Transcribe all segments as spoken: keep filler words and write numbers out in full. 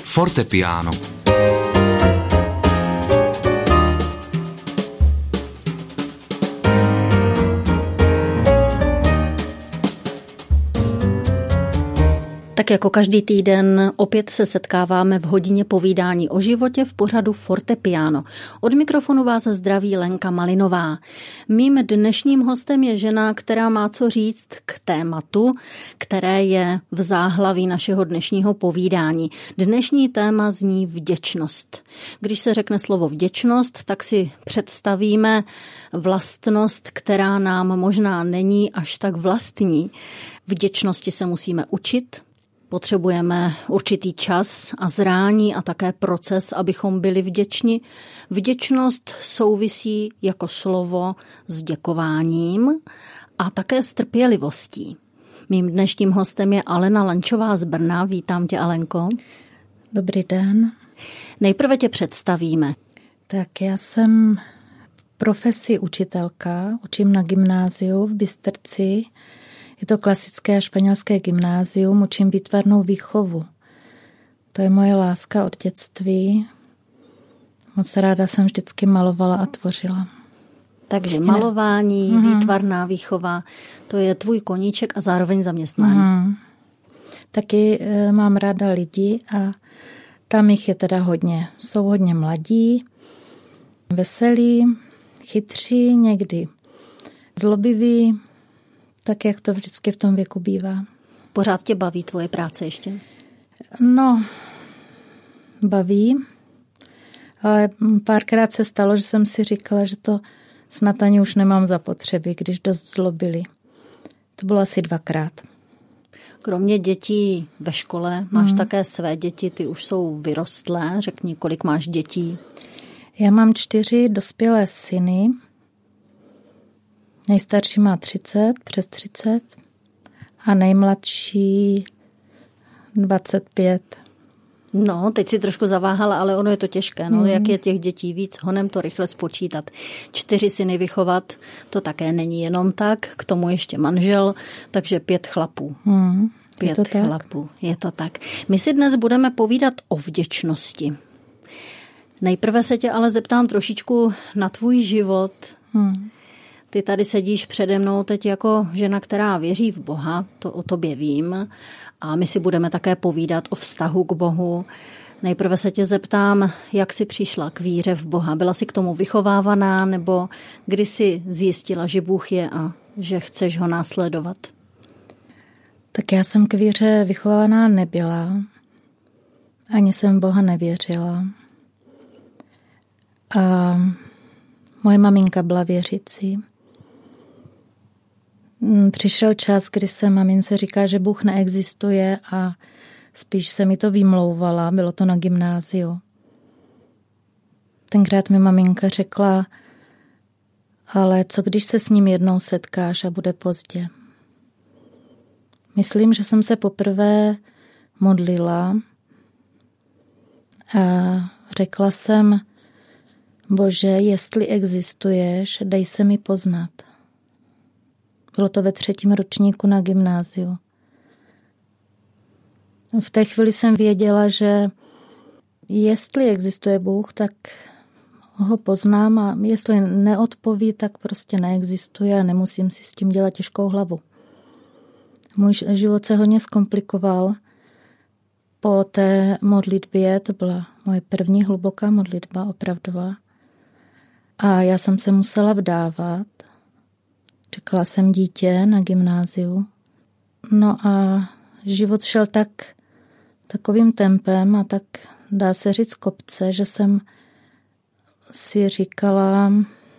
Fortepiano. Tak jako každý týden opět se setkáváme v hodině povídání o životě v pořadu Fortepiano. Od mikrofonu vás zdraví Lenka Malinová. Mým dnešním hostem je žena, která má co říct k tématu, které je v záhlaví našeho dnešního povídání. Dnešní téma zní vděčnost. Když se řekne slovo vděčnost, tak si představíme vlastnost, která nám možná není až tak vlastní. Vděčnosti se musíme učit. Potřebujeme určitý čas a zrání a také proces, abychom byli vděční. Vděčnost souvisí jako slovo s děkováním a také s trpělivostí. Mým dnešním hostem je Alena Lančová z Brna. Vítám tě, Alenko. Dobrý den. Nejprve tě představíme. Tak já jsem profesí učitelka, učím na gymnáziu v Bystrci. Je to klasické a španělské gymnázium, učím výtvarnou výchovu. To je moje láska od dětství. Moc ráda jsem vždycky malovala a tvořila. Takže malování, mm. výtvarná výchova, to je tvůj koníček a zároveň zaměstnání. Mm. Taky e, mám ráda lidi a tam jich je teda hodně. Jsou hodně mladí, veselí, chytří, někdy zlobiví, tak jak to vždycky v tom věku bývá. Pořád tě baví tvoje práce ještě? No, baví, ale párkrát se stalo, že jsem si říkala, že to snad ani už nemám zapotřebí, když dost zlobili. To bylo asi dvakrát. Kromě dětí ve škole máš hmm. také své děti, ty už jsou vyrostlé. Řekni, kolik máš dětí? Já mám čtyři dospělé syny. Nejstarší má třicet, přes třicet a nejmladší dvacet pět. No, teď si trošku zaváhala, ale ono je to těžké. No, hmm. Jak je těch dětí víc, honem to rychle spočítat. Čtyři syny vychovat, to také není jenom tak, k tomu ještě manžel, takže pět chlapů. Hmm. Pět je to chlapů, tak? Je to tak. My si dnes budeme povídat o vděčnosti. Nejprve se tě ale zeptám trošičku na tvůj život. Hmm. Ty tady sedíš přede mnou teď jako žena, která věří v Boha, to o tobě vím. A my si budeme také povídat o vztahu k Bohu. Nejprve se tě zeptám, jak jsi přišla k víře v Boha. Byla jsi k tomu vychovávaná, nebo kdy jsi zjistila, že Bůh je a že chceš ho následovat? Tak já jsem k víře vychovávaná nebyla. Ani jsem Boha nevěřila. A moje maminka byla věřící. Přišel čas, kdy se mamince říká, že Bůh neexistuje a spíš se mi to vymlouvala. Bylo to na gymnáziu. Tenkrát mi maminka řekla, ale co když se s ním jednou setkáš a bude pozdě. Myslím, že jsem se poprvé modlila a řekla jsem, Bože, jestli existuješ, dej se mi poznat. Bylo to ve třetím ročníku na gymnáziu. V té chvíli jsem věděla, že jestli existuje Bůh, tak ho poznám a jestli neodpoví, tak prostě neexistuje a nemusím si s tím dělat těžkou hlavu. Můj život se hodně zkomplikoval. Po té modlitbě, to byla moje první hluboká modlitba, opravdová. A já jsem se musela vdávat. Čekala jsem dítě na gymnáziu. No a život šel tak takovým tempem a tak dá se říct kopce, že jsem si říkala,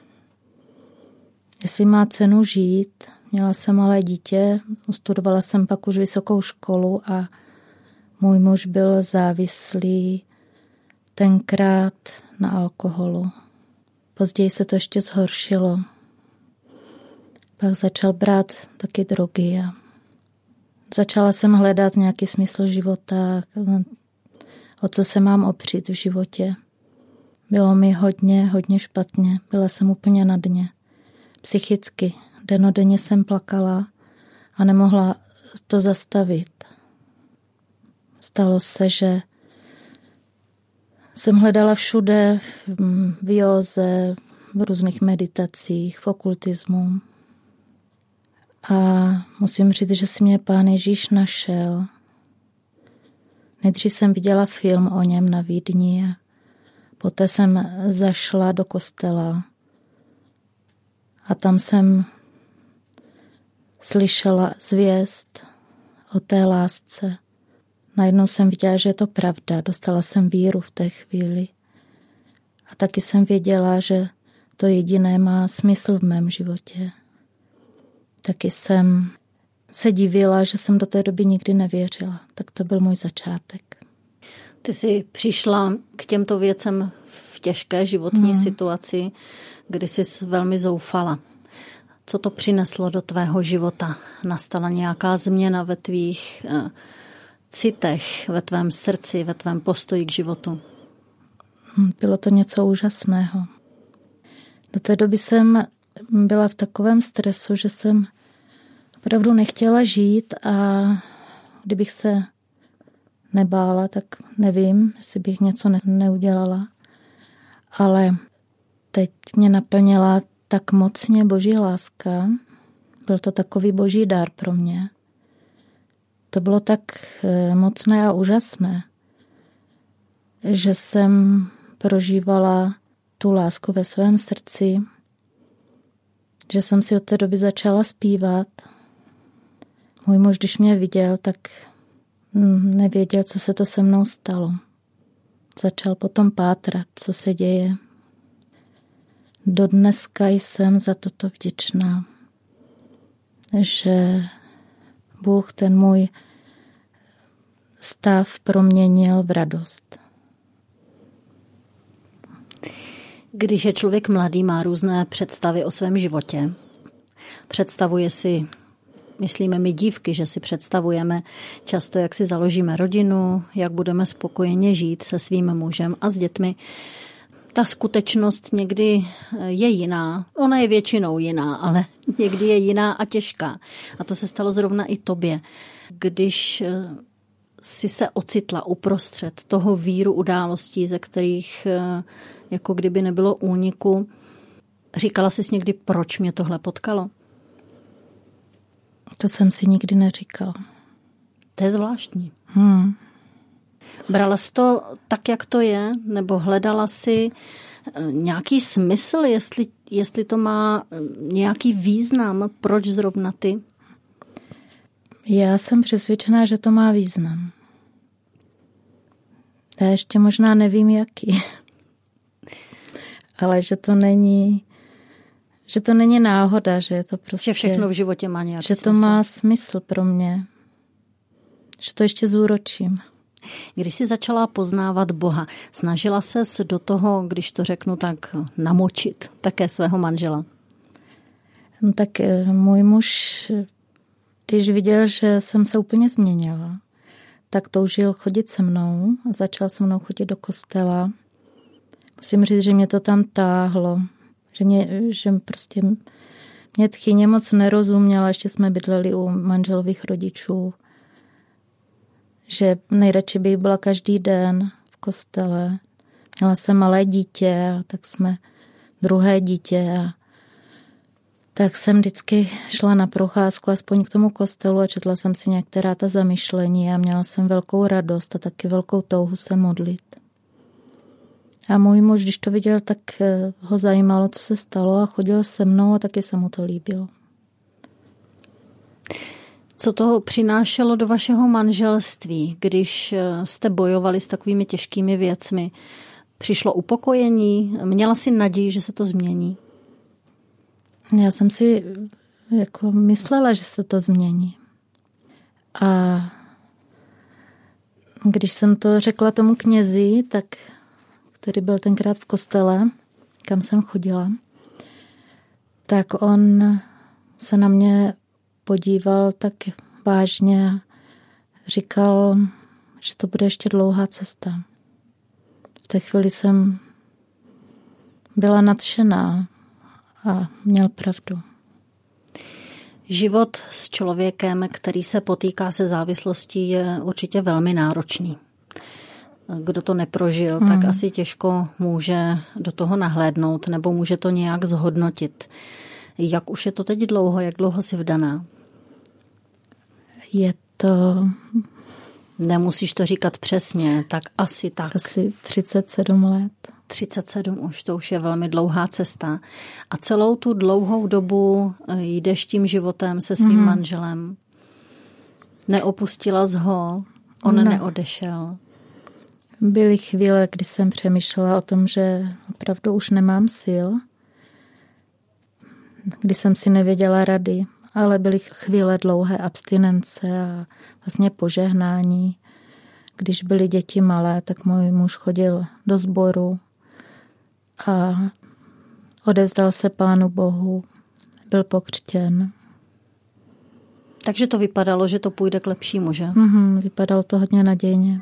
jestli má cenu žít. Měla jsem malé dítě, studovala jsem pak už vysokou školu a můj muž byl závislý tenkrát na alkoholu. Později se to ještě zhoršilo. Pak začal brát taky drogy a začala jsem hledat nějaký smysl života, o co se mám opřít v životě. Bylo mi hodně, hodně špatně. Byla jsem úplně na dně. Psychicky. Denodenně jsem plakala a nemohla to zastavit. Stalo se, že jsem hledala všude, v józe, v různých meditacích, v okultismu. A musím říct, že si mě Pán Ježíš našel. Nejdřív jsem viděla film o něm na Vídni a poté jsem zašla do kostela a tam jsem slyšela zvěst o té lásce. Najednou jsem viděla, že je to pravda. Dostala jsem víru v té chvíli. A taky jsem věděla, že to jediné má smysl v mém životě. Taky jsem se divila, že jsem do té doby nikdy nevěřila. Tak to byl můj začátek. Ty jsi přišla k těmto věcem v těžké životní hmm. situaci, kdy jsi velmi zoufala. Co to přineslo do tvého života? Nastala nějaká změna ve tvých eh, citech, ve tvém srdci, ve tvém postoji k životu? Bylo to něco úžasného. Do té doby jsem byla v takovém stresu, že jsem opravdu nechtěla žít a kdybych se nebála, tak nevím, jestli bych něco ne- neudělala. Ale teď mě naplnila tak mocně Boží láska. Byl to takový Boží dar pro mě. To bylo tak mocné a úžasné, že jsem prožívala tu lásku ve svém srdci, že jsem si od té doby začala zpívat. Můj muž, když mě viděl, tak nevěděl, co se to se mnou stalo. Začal potom pátrat, co se děje. Dodneska jsem za toto vděčná, že Bůh ten můj stav proměnil v radost. Když je člověk mladý, má různé představy o svém životě. Představuje si, myslíme my dívky, že si představujeme často, jak si založíme rodinu, jak budeme spokojeně žít se svým mužem a s dětmi. Ta skutečnost někdy je jiná. Ona je většinou jiná, ale někdy je jiná a těžká. A to se stalo zrovna i tobě. Když si se ocitla uprostřed toho víru událostí, ze kterých jako kdyby nebylo úniku, říkala jsi někdy, proč mě tohle potkalo? To jsem si nikdy neříkala. To je zvláštní. Hmm. Brala jsi to tak, jak to je? Nebo hledala si nějaký smysl, jestli, jestli to má nějaký význam, proč zrovna ty? Já jsem přesvědčená, že to má význam. Já ještě možná nevím, jaký. Ale že to není, že to není náhoda, že je to prostě... Že všechno v životě má nějaký že smysl. Že to má smysl pro mě. Že to ještě zúročím. Když jsi začala poznávat Boha, snažila ses do toho, když to řeknu tak, namočit také svého manžela? No tak můj muž, když viděl, že jsem se úplně změnila, tak toužil chodit se mnou a začal se mnou chodit do kostela. Musím říct, že mě to tam táhlo, že mě, že prostě mě tchyně moc nerozuměla, ještě jsme bydleli u manželových rodičů, že nejradši bych byla každý den v kostele. Měla jsem malé dítě, a tak jsme druhé dítě a tak jsem vždycky šla na procházku aspoň k tomu kostelu a četla jsem si některá ta zamyšlení a měla jsem velkou radost a taky velkou touhu se modlit. A můj muž, když to viděl, tak ho zajímalo, co se stalo a chodil se mnou a taky se mu to líbilo. Co to přinášelo do vašeho manželství, když jste bojovali s takovými těžkými věcmi? Přišlo upokojení? Měla jsi naději, že se to změní? Já jsem si jako myslela, že se to změní. A když jsem to řekla tomu knězi, tak, který byl tenkrát v kostele, kam jsem chodila, tak on se na mě podíval tak vážně a říkal, že to bude ještě dlouhá cesta. V té chvíli jsem byla nadšená a měl pravdu. Život s člověkem, který se potýká se závislostí, je určitě velmi náročný. kdo to neprožil, hmm. tak asi těžko může do toho nahlédnout nebo může to nějak zhodnotit. Jak už je to teď dlouho? Jak dlouho jsi vdaná? Je to... Nemusíš to říkat přesně, tak asi tak. Asi třicet sedm let. třicet sedm už, to už je velmi dlouhá cesta. A celou tu dlouhou dobu jdeš tím životem se svým mm. manželem. Neopustila jsi ho, on no. neodešel. Byly chvíle, kdy jsem přemýšlela o tom, že opravdu už nemám sil, kdy jsem si nevěděla rady, ale byly chvíle dlouhé abstinence a vlastně požehnání. Když byly děti malé, tak můj muž chodil do sboru a odevzdal se Pánu Bohu, byl pokřtěn. Takže to vypadalo, že to půjde k lepšímu, že? Mm-hmm, vypadalo to hodně nadějně.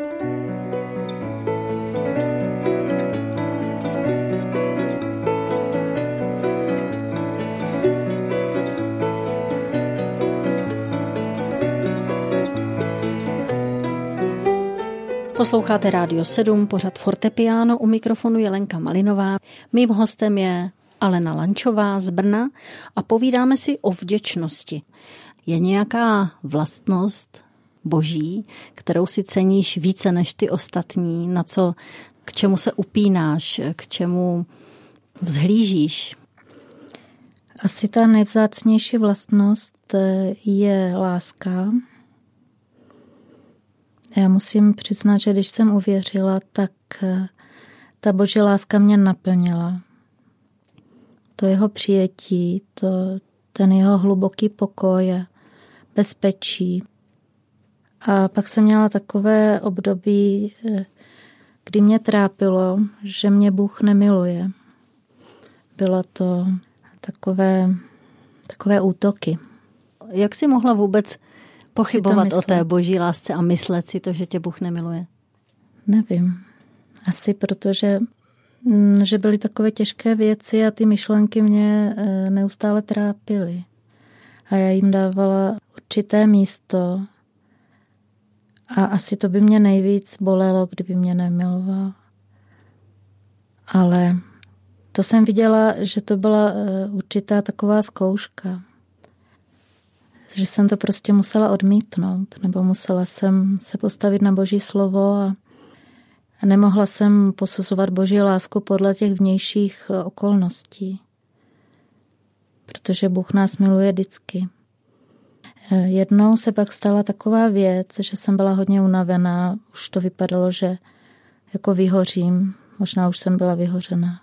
Posloucháte Rádio sedm, pořad Fortepiano, u mikrofonu je Lenka Malinová. Mým hostem je Alena Lančová z Brna a povídáme si o vděčnosti. Je nějaká vlastnost boží, kterou si ceníš více než ty ostatní, na co, k čemu se upínáš, k čemu vzhlížíš? Asi ta nejvzácnější vlastnost je láska. Já musím přiznat, že když jsem uvěřila, tak ta boží láska mě naplnila. To jeho přijetí, to, ten jeho hluboký pokoj a bezpečí. A pak jsem měla takové období, kdy mě trápilo, že mě Bůh nemiluje. Bylo to takové, takové útoky. Jak jsi mohla vůbec pochybovat o té boží lásce a myslet si to, že tě Bůh nemiluje? Nevím. Asi protože že byly takové těžké věci a ty myšlenky mě neustále trápily. A já jim dávala určité místo a asi to by mě nejvíc bolelo, kdyby mě nemiloval. Ale to jsem viděla, že to byla určitá taková zkouška. Že jsem to prostě musela odmítnout, nebo musela jsem se postavit na Boží slovo a nemohla jsem posuzovat Boží lásku podle těch vnějších okolností. Protože Bůh nás miluje vždycky. Jednou se pak stala taková věc, že jsem byla hodně unavená. Už to vypadalo, že jako vyhořím. Možná už jsem byla vyhořená.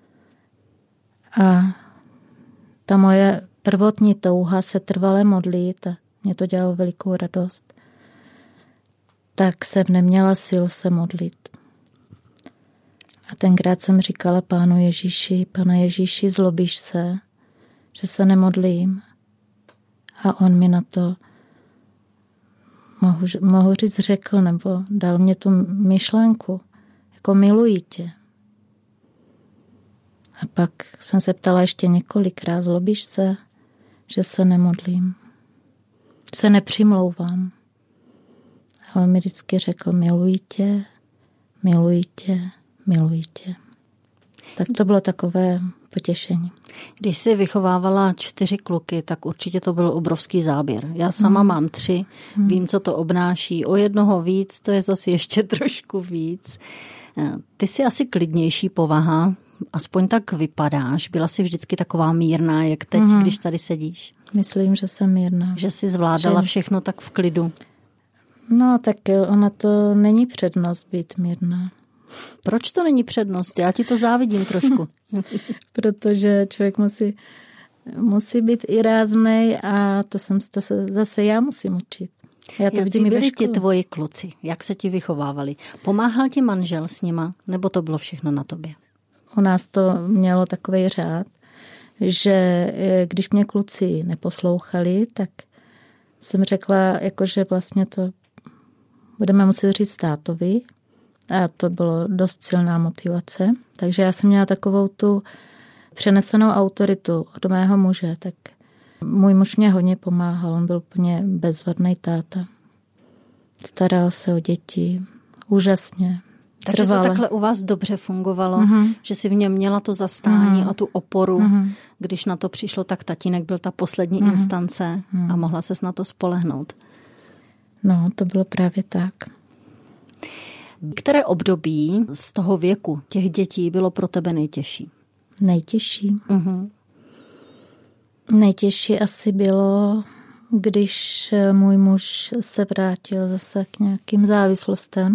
A ta moje prvotní touha se trvale modlit a mě to dělalo velikou radost. Tak jsem neměla sil se modlit. A tenkrát jsem říkala Pánu Ježíši, Pane Ježíši, zlobíš se, že se nemodlím. A on mi na to, mohu, mohu říct, řekl, nebo dal mě tu myšlenku, jako miluji tě. A pak jsem se ptala ještě několikrát, zlobíš se, že se nemodlím, se nepřimlouvám. A on mi vždycky řekl, miluji tě, miluji tě, miluji tě. Tak to bylo takové potěšení. Když jsi vychovávala čtyři kluky, tak určitě to byl obrovský záběr. Já sama hmm. mám tři, hmm. vím, co to obnáší. O jednoho víc, to je zase ještě trošku víc. Ty jsi asi klidnější povaha, aspoň tak vypadáš. Byla jsi vždycky taková mírná, jak teď, hmm. když tady sedíš? Myslím, že jsem mírná. Že jsi zvládala že... všechno tak v klidu. No, tak ona to není přednost být mírná. Proč to není přednost? Já ti to závidím trošku. Protože člověk musí, musí být i ráznej a to, jsem, to se zase já musím učit. Já to vidím i ve škole. Byli ti tvoji kluci? Jak se ti vychovávali? Pomáhal ti manžel s nima? Nebo to bylo všechno na tobě? U nás to mělo takový řád, že když mě kluci neposlouchali, tak jsem řekla, jakože vlastně to budeme muset říct tátovi. A to bylo dost silná motivace. Takže já jsem měla takovou tu přenesenou autoritu od mého muže. Tak můj muž mě hodně pomáhal. On byl úplně bezvadný táta. Staral se o děti. Úžasně. Takže trvale. to takhle u vás dobře fungovalo, uh-huh. že si v něm měla to zastání uh-huh. a tu oporu. Uh-huh. Když na to přišlo, tak tatínek byl ta poslední uh-huh. instance uh-huh. a mohla ses na to spolehnout. No, to bylo právě tak. Které období z toho věku těch dětí bylo pro tebe nejtěžší? Nejtěžší? Uh-huh. Nejtěžší asi bylo, když můj muž se vrátil zase k nějakým závislostem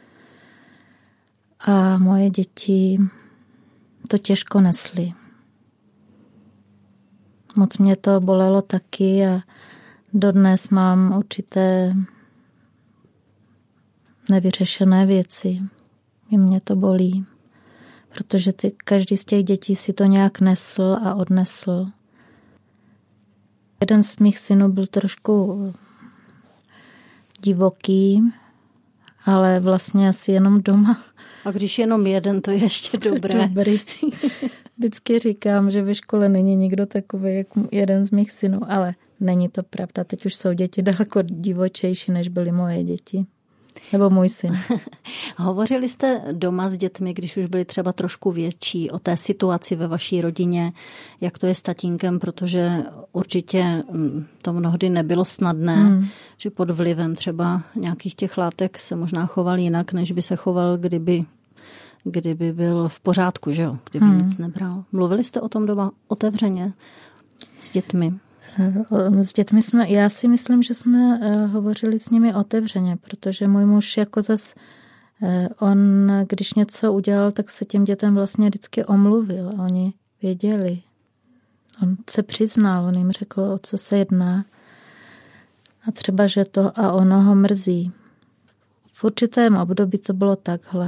a moje děti to těžko nesly. Moc mě to bolelo taky a dodnes mám určité nevyřešené věci. I mě to bolí, protože ty, každý z těch dětí si to nějak nesl a odnesl. Jeden z mých synů byl trošku divoký, ale vlastně asi jenom doma. A když jenom jeden, to je ještě dobré. Dobrý. Vždycky říkám, že ve škole není nikdo takový jako jeden z mých synů, ale není to pravda. Teď už jsou děti daleko divočejší, než byly moje děti. Nebo můj syn. Hovořili jste doma s dětmi, když už byli třeba trošku větší, o té situaci ve vaší rodině, jak to je s tatínkem, protože určitě to mnohdy nebylo snadné, hmm. že pod vlivem třeba nějakých těch látek se možná choval jinak, než by se choval, kdyby, kdyby byl v pořádku, že jo? Kdyby hmm. nic nebral. Mluvili jste o tom doma otevřeně s dětmi? S dětmi jsme, já si myslím, že jsme hovořili s nimi otevřeně, protože můj muž jako zas, on když něco udělal, tak se těm dětem vlastně vždycky omluvil. Oni věděli. On se přiznal, on jim řekl, o co se jedná. A třeba, že to a ono ho mrzí. V určitém období to bylo takhle.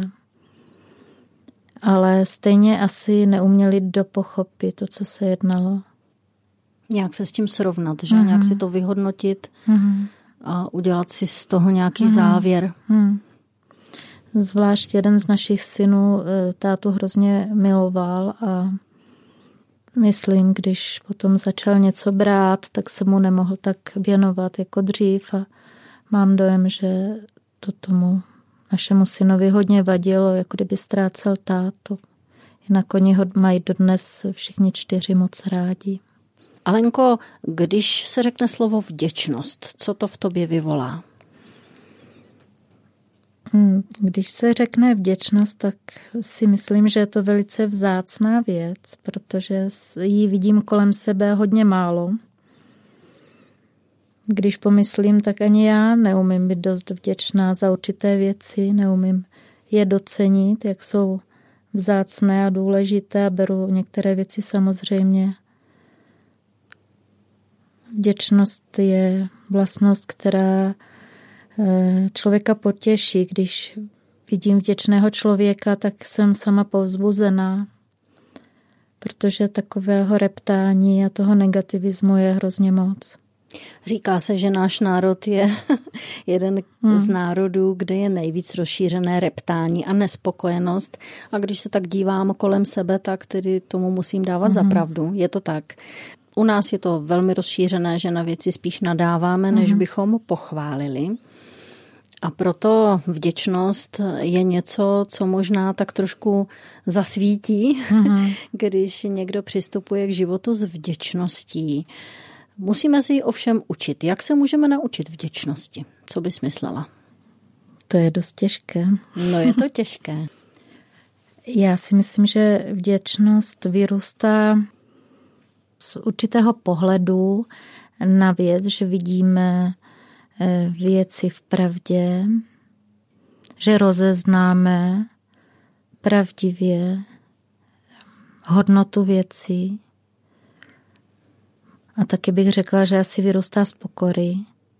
Ale stejně asi neuměli dopochopit to, co se jednalo. Nějak se s tím srovnat, že? Mm-hmm. Nějak si to vyhodnotit mm-hmm. a udělat si z toho nějaký mm-hmm. závěr. Mm. Zvlášť jeden z našich synů tátu hrozně miloval a myslím, když potom začal něco brát, tak se mu nemohl tak věnovat jako dřív a mám dojem, že to tomu našemu synovi hodně vadilo, jako kdyby ztrácel tátu. Jinak oni ho mají dodnes všichni čtyři moc rádi. Alenko, když se řekne slovo vděčnost, co to v tobě vyvolá? Když se řekne vděčnost, tak si myslím, že je to velice vzácná věc, protože ji vidím kolem sebe hodně málo. Když pomyslím, tak ani já neumím být dost vděčná za určité věci, neumím je docenit, jak jsou vzácné a důležité a beru některé věci samozřejmě. Vděčnost je vlastnost, která člověka potěší. Když vidím vděčného člověka, tak jsem sama povzbuzená, protože takového reptání a toho negativismu je hrozně moc. Říká se, že náš národ je jeden hmm. z národů, kde je nejvíc rozšířené reptání a nespokojenost. A když se tak dívám kolem sebe, tak tedy tomu musím dávat hmm. za pravdu. Je to tak. U nás je to velmi rozšířené, že na věci spíš nadáváme, než hmm. bychom pochválili. A proto vděčnost je něco, co možná tak trošku zasvítí, mm-hmm. když někdo přistupuje k životu s vděčností. Musíme si ji ovšem učit. Jak se můžeme naučit vděčnosti? Co bys myslela? To je dost těžké. No je to těžké. Já si myslím, že vděčnost vyrůstá z určitého pohledu na věc, že vidíme věci v pravdě, že rozeznáme pravdivě hodnotu věcí. A taky bych řekla, že asi vyrůstá z pokory,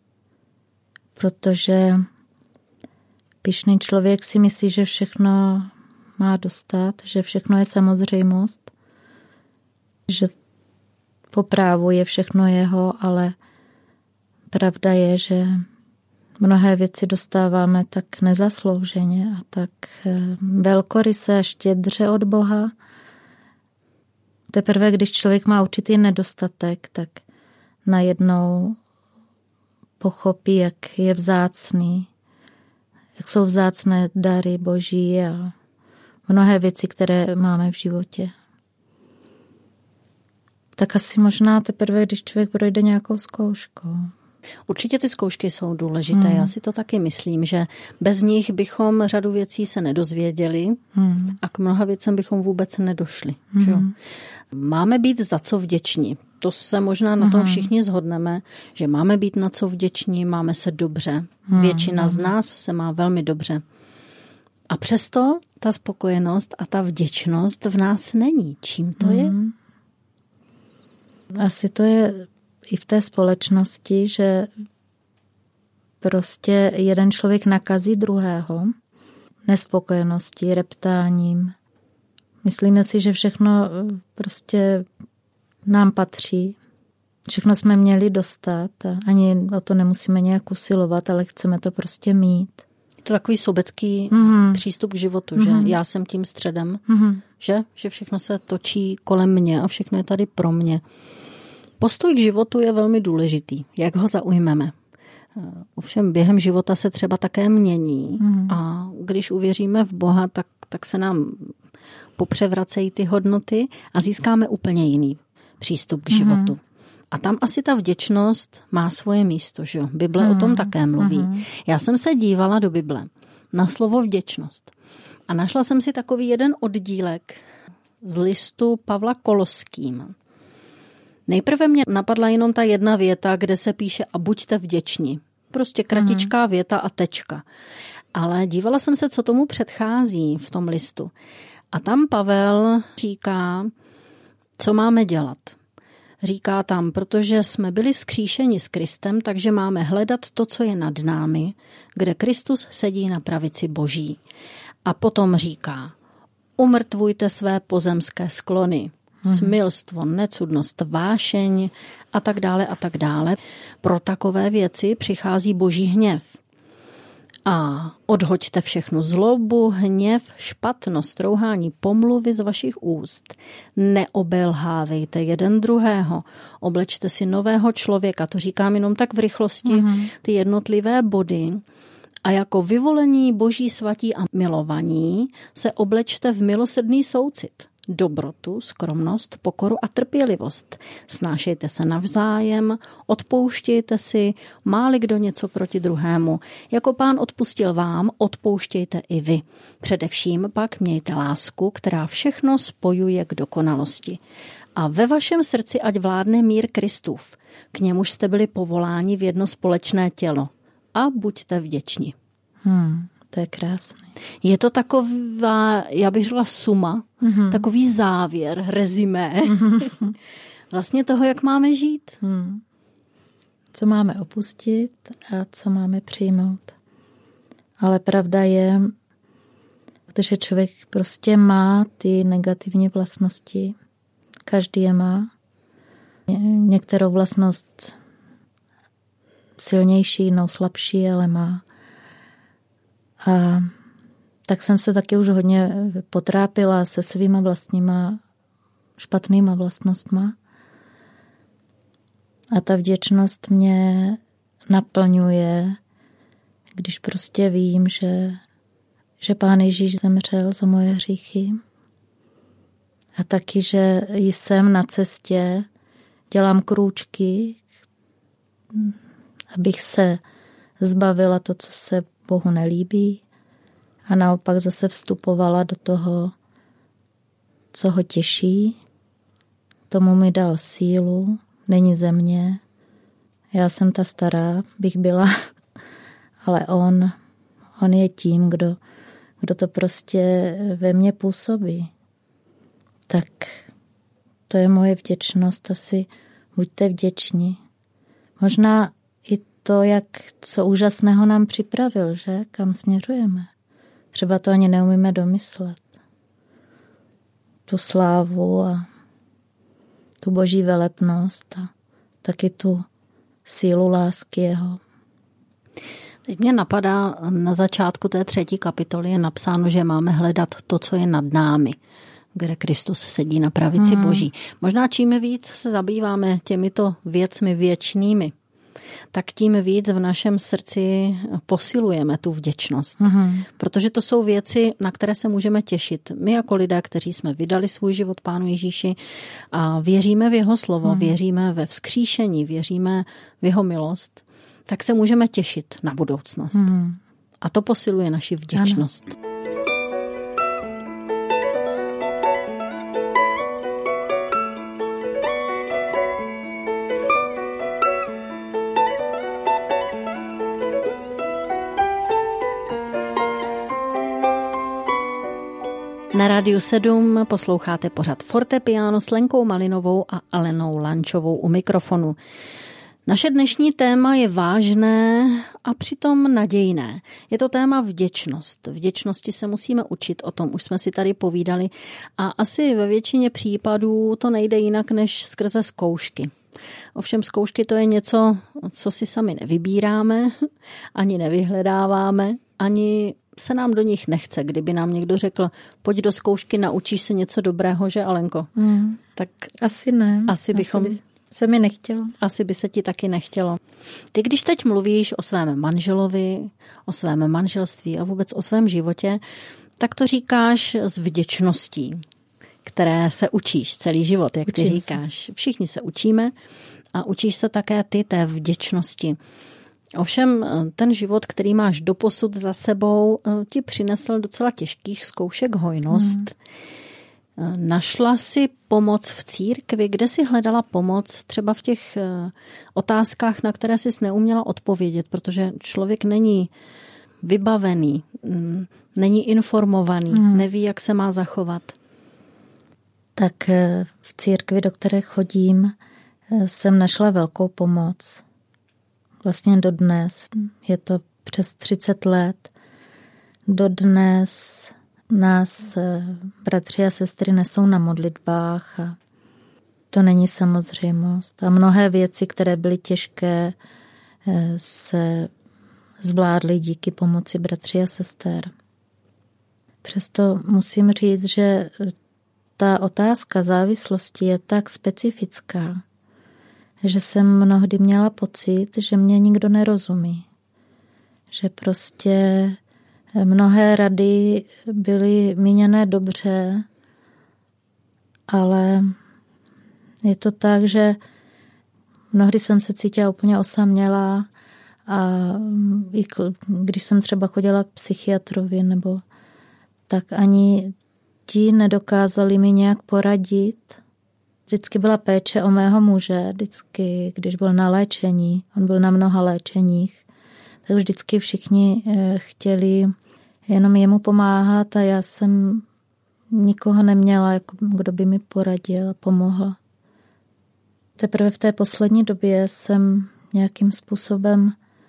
protože pyšný člověk si myslí, že všechno má dostat, že všechno je samozřejmost, že po právu je všechno jeho, ale pravda je, že mnohé věci dostáváme tak nezaslouženě a tak velkoryse a štědře od Boha. Teprve, když člověk má určitý nedostatek, tak najednou pochopí, jak je vzácný, jak jsou vzácné dary Boží a mnohé věci, které máme v životě. Tak asi možná teprve, když člověk projde nějakou zkouškou. Určitě ty zkoušky jsou důležité. Hmm. Já si to taky myslím, že bez nich bychom řadu věcí se nedozvěděli hmm. a k mnoha věcem bychom vůbec nedošli. Hmm. Že? Máme být za co vděční. To se možná na tom všichni shodneme, že máme být na co vděční, máme se dobře. Většina z nás se má velmi dobře. A přesto ta spokojenost a ta vděčnost v nás není. Čím to je? Asi to je i v té společnosti, že prostě jeden člověk nakazí druhého nespokojeností, reptáním. Myslíme si, že všechno prostě nám patří. Všechno jsme měli dostat a ani o to nemusíme nějak usilovat, ale chceme to prostě mít. Je to takový sobecký mm. přístup k životu, mm. že já jsem tím středem, mm. že? že všechno se točí kolem mě a všechno je tady pro mě. Postoj k životu je velmi důležitý, jak ho zaujmeme. Ovšem během života se třeba také mění mm. a když uvěříme v Boha, tak, tak se nám popřevracejí ty hodnoty a získáme úplně jiný přístup k životu. Mm. A tam asi ta vděčnost má svoje místo, že jo? Bible mm. o tom také mluví. Mm. Já jsem se dívala do Bible na slovo vděčnost a našla jsem si takový jeden oddílek z listu Pavla Koloským. Nejprve mě napadla jenom ta jedna věta, kde se píše a buďte vděční. Prostě kratičká věta a tečka. Ale dívala jsem se, co tomu předchází v tom listu. A tam Pavel říká, co máme dělat. Říká tam, protože jsme byli vzkříšeni s Kristem, takže máme hledat to, co je nad námi, kde Kristus sedí na pravici Boží. A potom říká, umrtvujte své pozemské sklony. Smilstvo, necudnost, vášeň a tak dále a tak dále. Pro takové věci přichází Boží hněv. A odhoďte všechnu zlobu, hněv, špatnost, rouhání, pomluvy z vašich úst. Neobelhávejte jeden druhého. Oblečte si nového člověka. To říkám jenom tak v rychlosti, mm-hmm. ty jednotlivé body. A jako vyvolení Boží svatí a milovaní se oblečte v milosrdný soucit. Dobrotu, skromnost, pokoru a trpělivost. Snášejte se navzájem, odpouštějte si, má-li kdo něco proti druhému. Jako Pán odpustil vám, odpouštějte i vy. Především pak mějte lásku, která všechno spojuje k dokonalosti. A ve vašem srdci ať vládne mír Kristův. K němuž jste byli povoláni v jedno společné tělo. A buďte vděční. Hmm. To je krásné. Je to taková, já bych řekla suma, mm-hmm. takový závěr, rezimé mm-hmm. vlastně toho, jak máme žít. Mm. Co máme opustit a co máme přijmout. Ale pravda je, že člověk prostě má ty negativní vlastnosti. Každý je má. Některou vlastnost silnější, jinou slabší, ale má. A tak jsem se taky už hodně potrápila se svýma vlastníma špatnýma vlastnostma. A ta vděčnost mě naplňuje, když prostě vím, že, že Pán Ježíš zemřel za moje hříchy. A taky, že jsem na cestě, dělám krůčky, abych se zbavila to, co se Bohu nelíbí a naopak zase vstupovala do toho, co ho těší. Tomu mi dal sílu, není ze mě. Já jsem ta stará, bych byla, ale on, on je tím, kdo, kdo to prostě ve mně působí. Tak to je moje vděčnost, asi buďte vděční. Možná i to, jak co úžasného nám připravil, že? Kam směřujeme. Třeba to ani neumíme domyslet. Tu slávu a tu boží velepnost a taky tu sílu lásky jeho. Teď mě napadá, na začátku té třetí kapitoly je napsáno, že máme hledat to, co je nad námi, kde Kristus sedí na pravici hmm. Boží. Možná čím víc se zabýváme těmito věcmi věčnými, tak tím víc v našem srdci posilujeme tu vděčnost. Mm-hmm. Protože to jsou věci, na které se můžeme těšit. My jako lidé, kteří jsme vydali svůj život Pánu Ježíši a věříme v jeho slovo, mm-hmm. věříme ve vzkříšení, věříme v jeho milost, tak se můžeme těšit na budoucnost. Mm-hmm. A to posiluje naši vděčnost. Ano. Na Rádiu sedm posloucháte pořad Fortepiano s Lenkou Malinovou a Alenou Lančovou u mikrofonu. Naše dnešní téma je vážné a přitom nadějné. Je to téma vděčnost. Vděčnosti se musíme učit, o tom už jsme si tady povídali a asi ve většině případů to nejde jinak než skrze zkoušky. Ovšem zkoušky to je něco, co si sami nevybíráme, ani nevyhledáváme, ani se nám do nich nechce. Kdyby nám někdo řekl, pojď do zkoušky, naučíš se něco dobrého, že Alenko? Mm, tak asi ne. Asi bychom... Asi by se mi nechtělo. Asi by se ti taky nechtělo. Ty, když teď mluvíš o svém manželovi, o svém manželství a vůbec o svém životě, tak to říkáš s vděčností, které se učíš celý život, jak Učím ty říkáš. Se. Všichni se učíme a učíš se také ty té vděčnosti. Ovšem ten život, který máš doposud za sebou, ti přinesl docela těžkých zkoušek hojnost. Hmm. Našla si pomoc v církvi? Kde jsi hledala pomoc třeba v těch otázkách, na které jsi neuměla odpovědět, protože člověk není vybavený, není informovaný, hmm. neví, jak se má zachovat. Tak v církvi, do které chodím, jsem našla velkou pomoc. Vlastně dodnes, je to přes třicet let, dodnes nás bratři a sestry nesou na modlitbách a to není samozřejmost. A mnohé věci, které byly těžké, se zvládly díky pomoci bratří a sester. Přesto musím říct, že ta otázka závislosti je tak specifická, že jsem mnohdy měla pocit, že mě nikdo nerozumí. Že prostě mnohé rady byly míněné dobře, ale je to tak, že mnohdy jsem se cítila úplně osamělá a i když jsem třeba chodila k psychiatrovi, nebo tak ani ti nedokázali mi nějak poradit. Vždycky byla péče o mého muže, vždycky, když byl na léčení, on byl na mnoha léčeních, tak vždycky všichni chtěli jenom jemu pomáhat a já jsem nikoho neměla, jako kdo by mi poradil a pomohl. Teprve v té poslední době jsem nějakým způsobem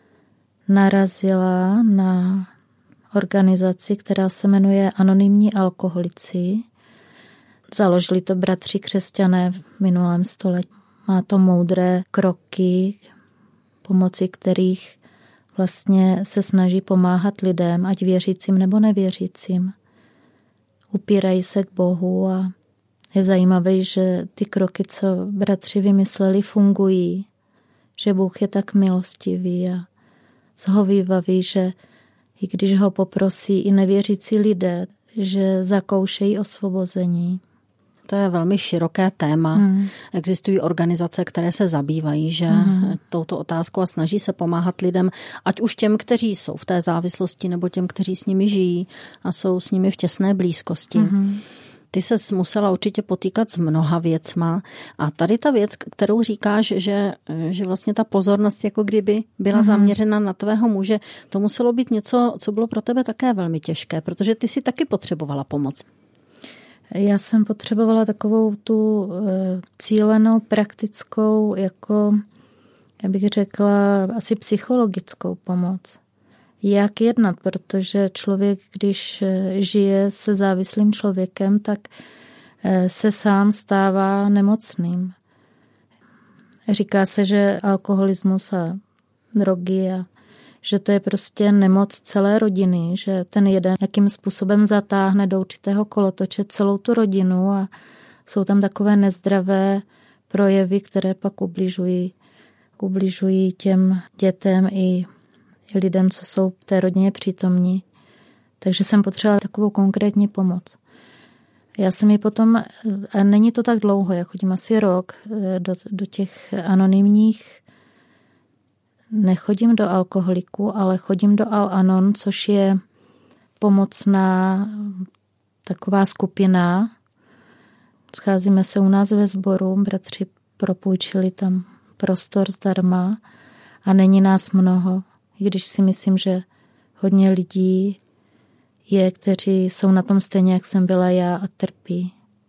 narazila na organizaci, která se jmenuje Anonymní alkoholici. Založili to bratři křesťané v minulém století. Má to moudré kroky, pomocí kterých vlastně se snaží pomáhat lidem, ať věřícím nebo nevěřícím. Upírají se k Bohu a je zajímavé, že ty kroky, co bratři vymysleli, fungují. Že Bůh je tak milostivý a zhovívavý, že i když ho poprosí i nevěřící lidé, že zakoušejí osvobození. To je velmi široké téma. Hmm. Existují organizace, které se zabývají, že hmm. touto otázkou a snaží se pomáhat lidem, ať už těm, kteří jsou v té závislosti, nebo těm, kteří s nimi žijí a jsou s nimi v těsné blízkosti. Hmm. Ty ses musela určitě potýkat s mnoha věcma a tady ta věc, kterou říkáš, že, že vlastně ta pozornost jako kdyby byla hmm. zaměřena na tvého muže, to muselo být něco, co bylo pro tebe také velmi těžké, protože ty si taky potřebovala pomoc. Já jsem potřebovala takovou tu cílenou, praktickou, jako, já bych řekla, asi psychologickou pomoc. Jak jednat, protože člověk, když žije se závislým člověkem, tak se sám stává nemocným. Říká se, že alkoholismus a drogy a že to je prostě nemoc celé rodiny, že ten jeden jakým způsobem zatáhne do určitého kolotoče celou tu rodinu a jsou tam takové nezdravé projevy, které pak ubližují ubližují těm dětem i lidem, co jsou v té rodině přítomní. Takže jsem potřebovala takovou konkrétní pomoc. Já jsem ji potom, a není to tak dlouho, já chodím asi rok do, do těch anonymních, nechodím do alkoholiků, ale chodím do Al-Anon, což je pomocná taková skupina. Scházíme se u nás ve sboru, bratři propůjčili tam prostor zdarma a není nás mnoho, i když si myslím, že hodně lidí je, kteří jsou na tom stejně, jak jsem byla já a trpí.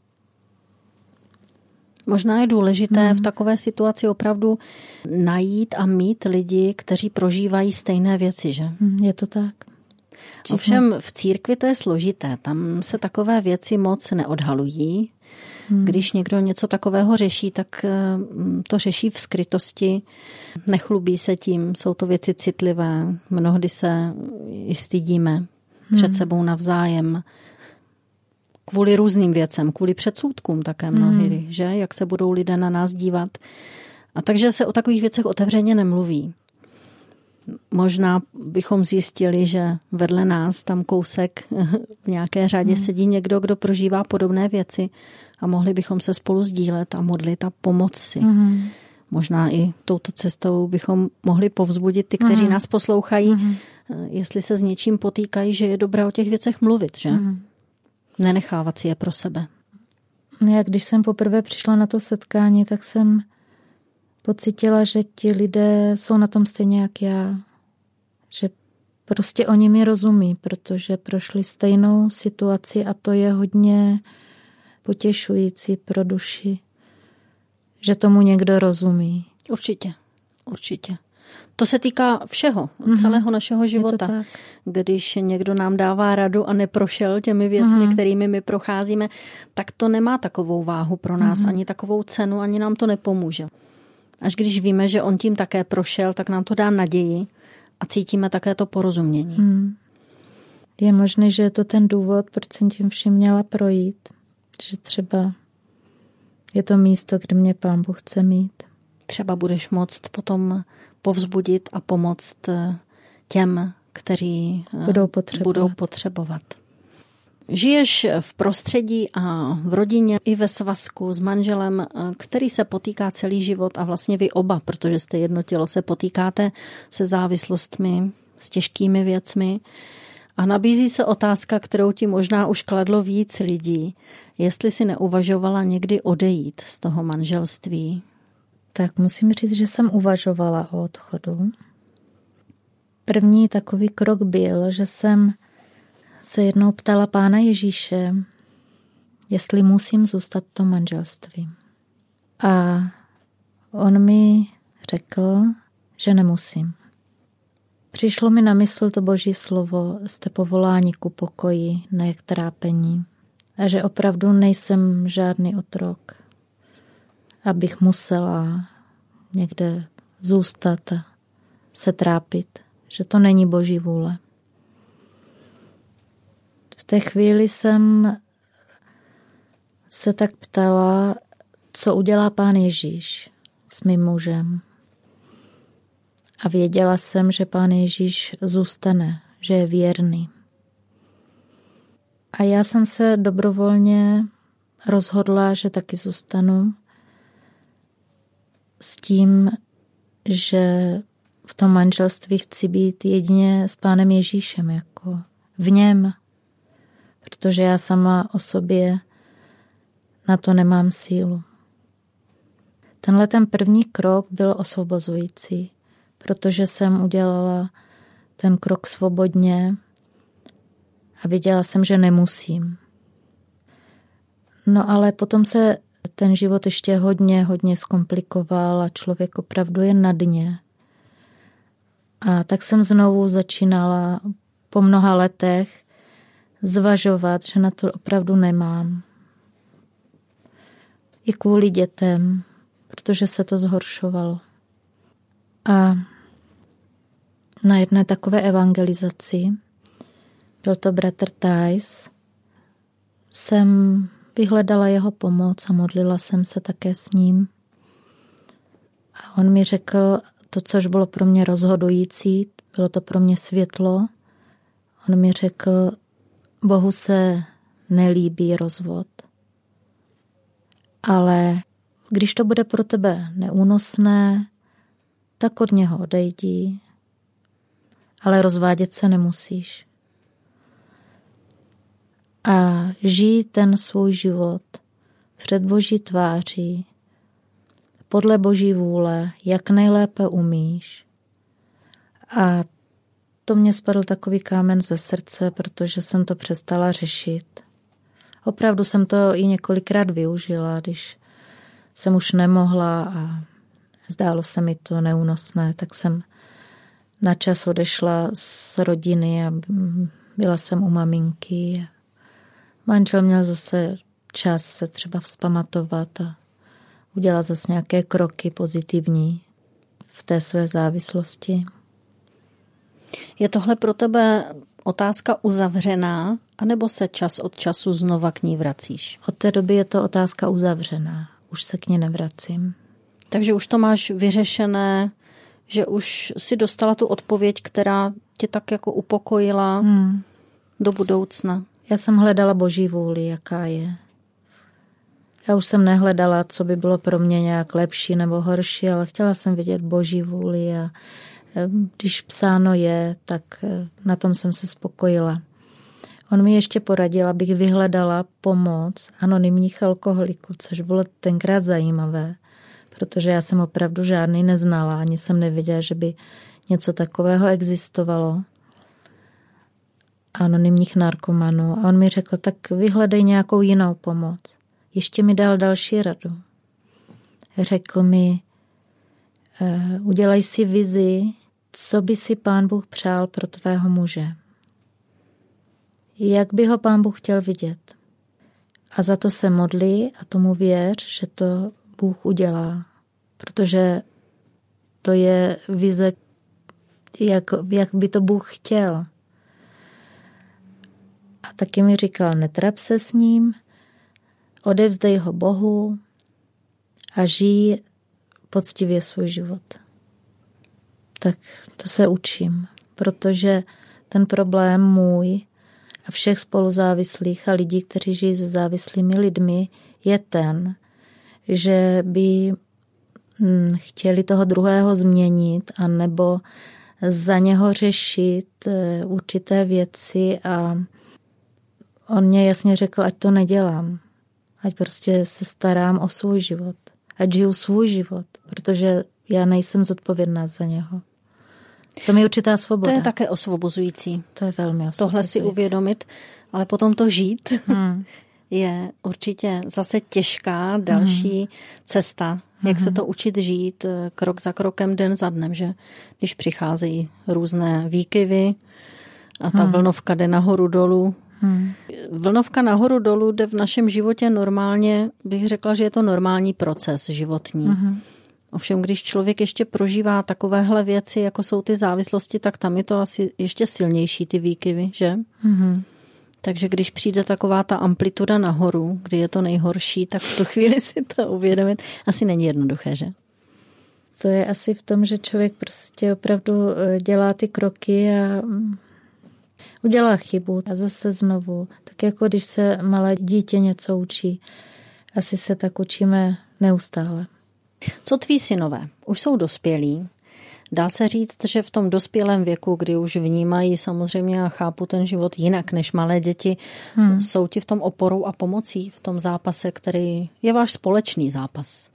Možná je důležité hmm. v takové situaci opravdu najít a mít lidi, kteří prožívají stejné věci, že? Je to tak. Ovšem v církvi to je složité. Tam se takové věci moc neodhalují. Hmm. Když někdo něco takového řeší, tak to řeší v skrytosti. Nechlubí se tím, jsou to věci citlivé. Mnohdy se i stydíme hmm. před sebou navzájem. Kvůli různým věcem, kvůli předsudkům také mnohdy, hmm. že? Jak se budou lidé na nás dívat. A takže se o takových věcech otevřeně nemluví. Možná bychom zjistili, že vedle nás tam kousek v nějaké řadě hmm. sedí někdo, kdo prožívá podobné věci a mohli bychom se spolu sdílet a modlit a pomoct si. Hmm. Možná i touto cestou bychom mohli povzbudit ty, kteří hmm. nás poslouchají, hmm. jestli se s něčím potýkají, že je dobré o těch věcech mluvit, že? Hmm. Nenechávat si je pro sebe. Já když jsem poprvé přišla na to setkání, tak jsem pocítila, že ti lidé jsou na tom stejně jak já. Že prostě oni mi rozumí, protože prošli stejnou situaci a to je hodně potěšující pro duši, že tomu někdo rozumí. Určitě, určitě. To se týká všeho, mm-hmm. celého našeho života. Když někdo nám dává radu a neprošel těmi věcmi, mm-hmm. kterými my procházíme, tak to nemá takovou váhu pro nás, mm-hmm. ani takovou cenu, ani nám to nepomůže. Až když víme, že on tím také prošel, tak nám to dá naději a cítíme také to porozumění. Mm. Je možné, že je to ten důvod, proč jsem tím vším měla projít. Že třeba je to místo, kde mě Pán Bůh chce mít. Třeba budeš moct potom povzbudit a pomoct těm, kteří budou potřebovat. budou potřebovat. Žiješ v prostředí a v rodině i ve svazku s manželem, který se potýká celý život a vlastně vy oba, protože jste jedno tělo, se potýkáte se závislostmi, s těžkými věcmi. A nabízí se otázka, kterou ti možná už kladlo víc lidí, jestli si neuvažovala někdy odejít z toho manželství. Tak musím říct, že jsem uvažovala o odchodu. První takový krok byl, že jsem se jednou ptala Pána Ježíše, jestli musím zůstat v tom manželství. A on mi řekl, že nemusím. Přišlo mi na mysl to Boží slovo, jste povoláni ku pokoji, ne k trápení. A že opravdu nejsem žádný otrok, abych musela někde zůstat a se trápit, že to není Boží vůle. V té chvíli jsem se tak ptala, co udělá Pán Ježíš s mým mužem. A věděla jsem, že Pán Ježíš zůstane, že je věrný. A já jsem se dobrovolně rozhodla, že taky zůstanu s tím, že v tom manželství chci být jedině s Pánem Ježíšem, jako v něm, protože já sama o sobě na to nemám sílu. Tenhle ten první krok byl osvobozující, protože jsem udělala ten krok svobodně a viděla jsem, že nemusím. No ale potom se ten život ještě hodně, hodně zkomplikoval a člověk opravdu je na dně. A tak jsem znovu začínala po mnoha letech zvažovat, že na to opravdu nemám. I kvůli dětem, protože se to zhoršovalo. A na jedné takové evangelizaci, byl to bratr Thijs, jsem vyhledala jeho pomoc a modlila jsem se také s ním. A on mi řekl to, což bylo pro mě rozhodující, bylo to pro mě světlo. On mi řekl, Bohu se nelíbí rozvod, ale když to bude pro tebe neúnosné, tak od něho odejdi, ale rozvádět se nemusíš. A žij ten svůj život před Boží tváří, podle Boží vůle, jak nejlépe umíš. A to mě spadl takový kámen ze srdce, protože jsem to přestala řešit. Opravdu jsem to i několikrát využila, když jsem už nemohla a zdálo se mi to neúnosné, tak jsem na čas odešla z rodiny a byla jsem u maminky. Manžel měl zase čas se třeba vzpamatovat a udělat zase nějaké kroky pozitivní v té své závislosti. Je tohle pro tebe otázka uzavřená, anebo se čas od času znova k ní vracíš? Od té doby je to otázka uzavřená. Už se k ní nevracím. Takže už to máš vyřešené, že už si dostala tu odpověď, která tě tak jako upokojila hmm. do budoucna. Já jsem hledala Boží vůli, jaká je. Já už jsem nehledala, co by bylo pro mě nějak lepší nebo horší, ale chtěla jsem vidět Boží vůli a když psáno je, tak na tom jsem se spokojila. On mi ještě poradil, abych vyhledala pomoc anonymních alkoholiků, což bylo tenkrát zajímavé, protože já jsem opravdu žádný neznala, ani jsem nevěděla, že by něco takového existovalo. Anonymních narkomanů. A on mi řekl, tak vyhledej nějakou jinou pomoc. Ještě mi dal další radu. Řekl mi, udělej si vizi, co by si Pán Bůh přál pro tvého muže. Jak by ho Pán Bůh chtěl vidět. A za to se modlí a tomu věř, že to Bůh udělá. Protože to je vize, jak, jak by to Bůh chtěl. A taky mi říkal, netrap se s ním, odevzdej ho Bohu a žij poctivě svůj život. Tak to se učím, protože ten problém můj a všech spoluzávislých a lidí, kteří žijí se závislými lidmi, je ten, že by chtěli toho druhého změnit a nebo za něho řešit určité věci a on mě jasně řekl, ať to nedělám. Ať prostě se starám o svůj život. Ať žiju svůj život, protože já nejsem zodpovědná za něho. To mi je určitá svoboda. To je také osvobozující. To je velmi osvobozující. Tohle si uvědomit, ale potom to žít hmm. je určitě zase těžká další hmm. cesta, jak hmm. se to učit žít krok za krokem, den za dnem, že když přicházejí různé výkyvy a ta hmm. vlnovka jde nahoru dolů. Hmm. Vlnovka nahoru dolů jde v našem životě normálně, bych řekla, že je to normální proces životní. Hmm. Ovšem, když člověk ještě prožívá takovéhle věci, jako jsou ty závislosti, tak tam je to asi ještě silnější, ty výkyvy, že? Mm-hmm. Takže když přijde taková ta amplituda nahoru, kdy je to nejhorší, tak v tu chvíli si to uvědomit asi není jednoduché, že? To je asi v tom, že člověk prostě opravdu dělá ty kroky a udělá chybu a zase znovu. Tak jako když se malé dítě něco učí, asi se tak učíme neustále. Co tví synové? Už jsou dospělí. Dá se říct, že v tom dospělém věku, kdy už vnímají samozřejmě a chápu ten život jinak než malé děti, hmm. jsou ti v tom oporou a pomocí v tom zápase, který je váš společný zápas?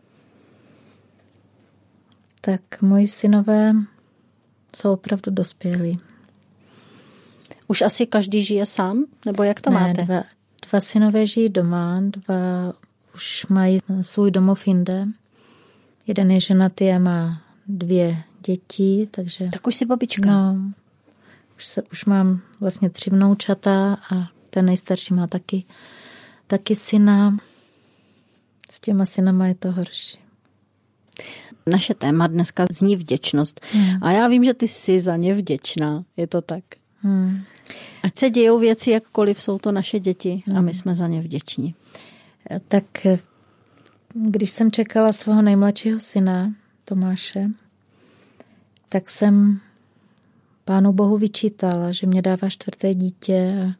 Tak moji synové jsou opravdu dospělí. Už asi každý žije sám? Nebo jak to ne, máte? Dva, dva synové žijí doma, dva už mají svůj domov jinde. Jeden je ženatý a má dvě děti, takže... Tak už jsi babička. No, už, se, už mám vlastně tři vnoučata a ten nejstarší má taky, taky syna. S těma synama je to horší. Naše téma dneska zní vděčnost. Hmm. A já vím, že ty jsi za ně vděčná. Je to tak? Hmm. Ať se dějou věci, jakkoliv jsou to naše děti hmm. a my jsme za ně vděční. Tak... Když jsem čekala svého nejmladšího syna, Tomáše, tak jsem Pánu Bohu vyčítala, že mě dává čtvrté dítě a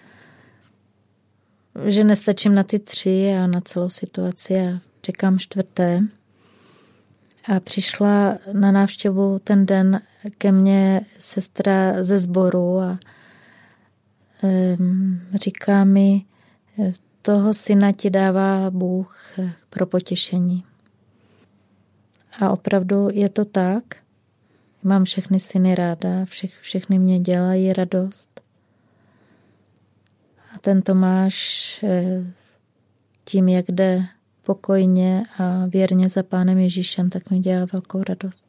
že nestačím na ty tři a na celou situaci a čekám čtvrté. A přišla na návštěvu ten den ke mně sestra ze sboru a um, říká mi, toho syna ti dává Bůh pro potěšení. A opravdu je to tak. Mám všechny syny ráda, vše, všechny mě dělají radost. A ten Tomáš tím, jak jde pokojně a věrně za Pánem Ježíšem, tak mi dělá velkou radost.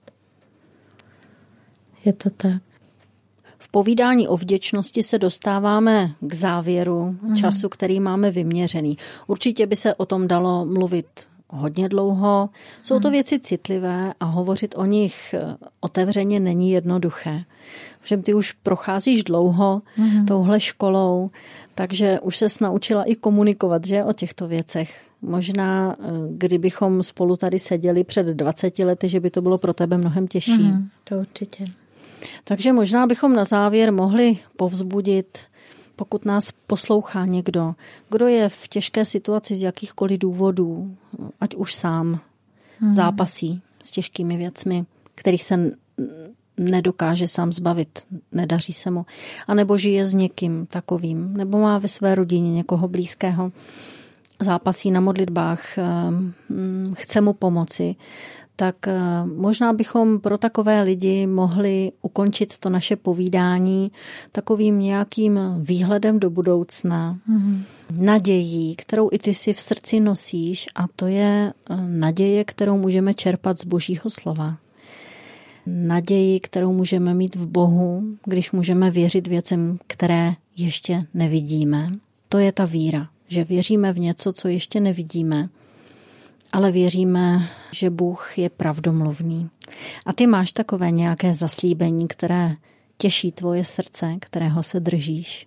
Je to tak. V povídání o vděčnosti se dostáváme k závěru času, který máme vyměřený. Určitě by se o tom dalo mluvit hodně dlouho. Jsou to věci citlivé a hovořit o nich otevřeně není jednoduché. Že ty už procházíš dlouho mm. touhle školou, takže už ses naučila i komunikovat, že, o těchto věcech. Možná, kdybychom spolu tady seděli před dvaceti lety, že by to bylo pro tebe mnohem těžší. Mm, to určitě. Takže možná bychom na závěr mohli povzbudit, pokud nás poslouchá někdo, kdo je v těžké situaci z jakýchkoliv důvodů, ať už sám hmm. zápasí s těžkými věcmi, kterých se nedokáže sám zbavit, nedaří se mu, anebo žije s někým takovým, nebo má ve své rodině někoho blízkého, zápasí na modlitbách, chce mu pomoci, tak možná bychom pro takové lidi mohli ukončit to naše povídání takovým nějakým výhledem do budoucna, mm-hmm. nadějí, kterou i ty si v srdci nosíš, a to je naděje, kterou můžeme čerpat z Božího slova. Naději, kterou můžeme mít v Bohu, když můžeme věřit věcem, které ještě nevidíme. To je ta víra, že věříme v něco, co ještě nevidíme, ale věříme, že Bůh je pravdomluvný. A ty máš takové nějaké zaslíbení, které těší tvoje srdce, kterého se držíš?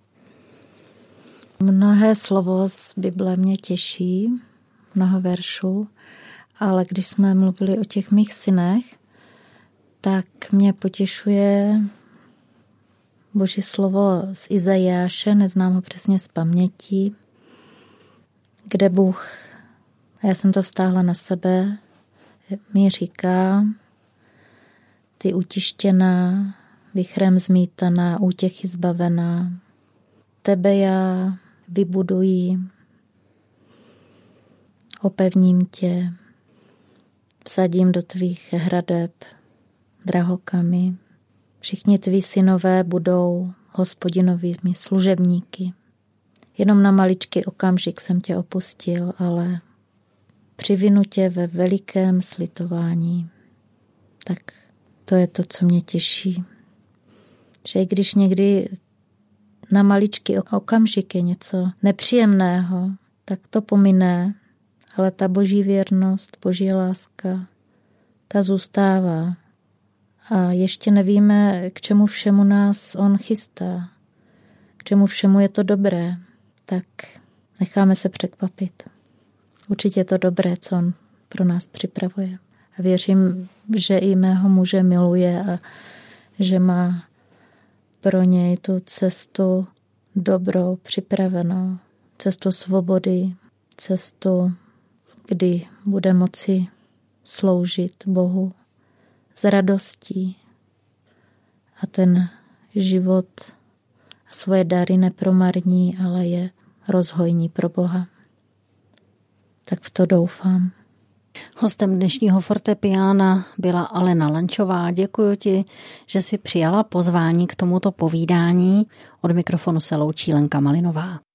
Mnohé slovo z Bible mě těší, mnoho veršů, ale když jsme mluvili o těch mých synech, tak mě potěšuje Boží slovo z Izajáše, neznám ho přesně z paměti, kde Bůh, a já jsem to vztáhla na sebe, mi říká: ty utištěná, vichrem zmítaná, útěchy zbavená, tebe já vybuduji, opevním tě, vsadím do tvých hradeb drahokamy. Všichni tví synové budou Hospodinovými služebníky. Jenom na maličký okamžik jsem tě opustil, ale přivinu tě ve velikém slitování. Tak to je to, co mě těší. Že i když někdy na maličký okamžik je něco nepříjemného, tak to pomine, ale ta Boží věrnost, Boží láska, ta zůstává. A ještě nevíme, k čemu všemu nás on chystá, k čemu všemu je to dobré, tak necháme se překvapit. Určitě je to dobré, co on pro nás připravuje. A věřím, že i mého muže miluje a že má pro něj tu cestu dobrou připravenou, cestu svobody, cestu, kdy bude moci sloužit Bohu s radostí a ten život a svoje dary nepromarní, ale je rozhojní pro Boha. Tak v to doufám. Hostem dnešního fortepiána byla Alena Lančová. Děkuji ti, že jsi přijala pozvání k tomuto povídání. Od mikrofonu se loučí Lenka Malinová.